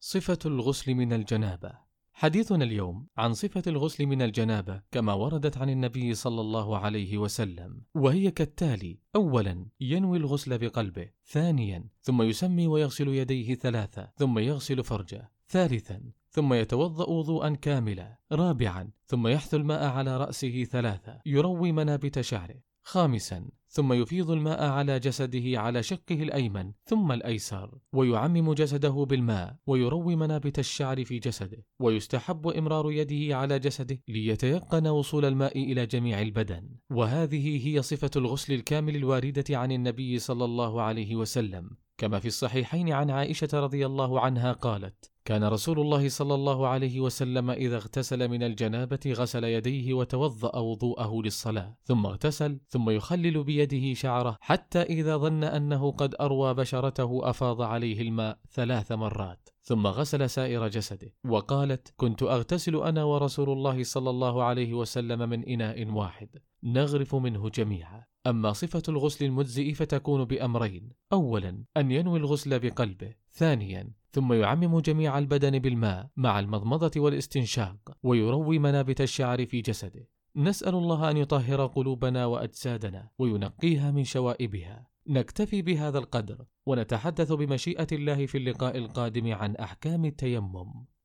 صفة الغسل من الجنابة. حديثنا اليوم عن صفة الغسل من الجنابة كما وردت عن النبي صلى الله عليه وسلم، وهي كالتالي: أولا ينوي الغسل بقلبه، ثانيا ثم يسمي ويغسل يديه 3، ثم يغسل فرجه، ثالثا ثم يتوضأ وضوءا كاملا، رابعا ثم يحث الماء على رأسه 3، يروي منابت شعره، خامسا ثم يفيض الماء على جسده على شقه الأيمن ثم الأيسر، ويعمم جسده بالماء ويروي منابت الشعر في جسده، ويستحب إمرار يده على جسده ليتيقن وصول الماء إلى جميع البدن. وهذه هي صفة الغسل الكامل الواردة عن النبي صلى الله عليه وسلم، كما في الصحيحين عن عائشة رضي الله عنها قالت: كان رسول الله صلى الله عليه وسلم إذا اغتسل من الجنابة غسل يديه وتوضأ وضوءه للصلاة، ثم اغتسل ثم يخلل بيده شعره حتى إذا ظن أنه قد أروى بشرته أفاض عليه الماء 3 مرات، ثم غسل سائر جسده. وقالت: كنت أغتسل أنا ورسول الله صلى الله عليه وسلم من إناء واحد نغرف منه جميعا. أما صفة الغسل المجزئ فتكون بأمرين: أولا أن ينوي الغسل بقلبه، ثانيا ثم يعمم جميع البدن بالماء مع المضمضة والاستنشاق، ويروي منابت الشعر في جسده. نسأل الله أن يطهر قلوبنا وأجسادنا وينقيها من شوائبها. نكتفي بهذا القدر ونتحدث بمشيئة الله في اللقاء القادم عن أحكام التيمم.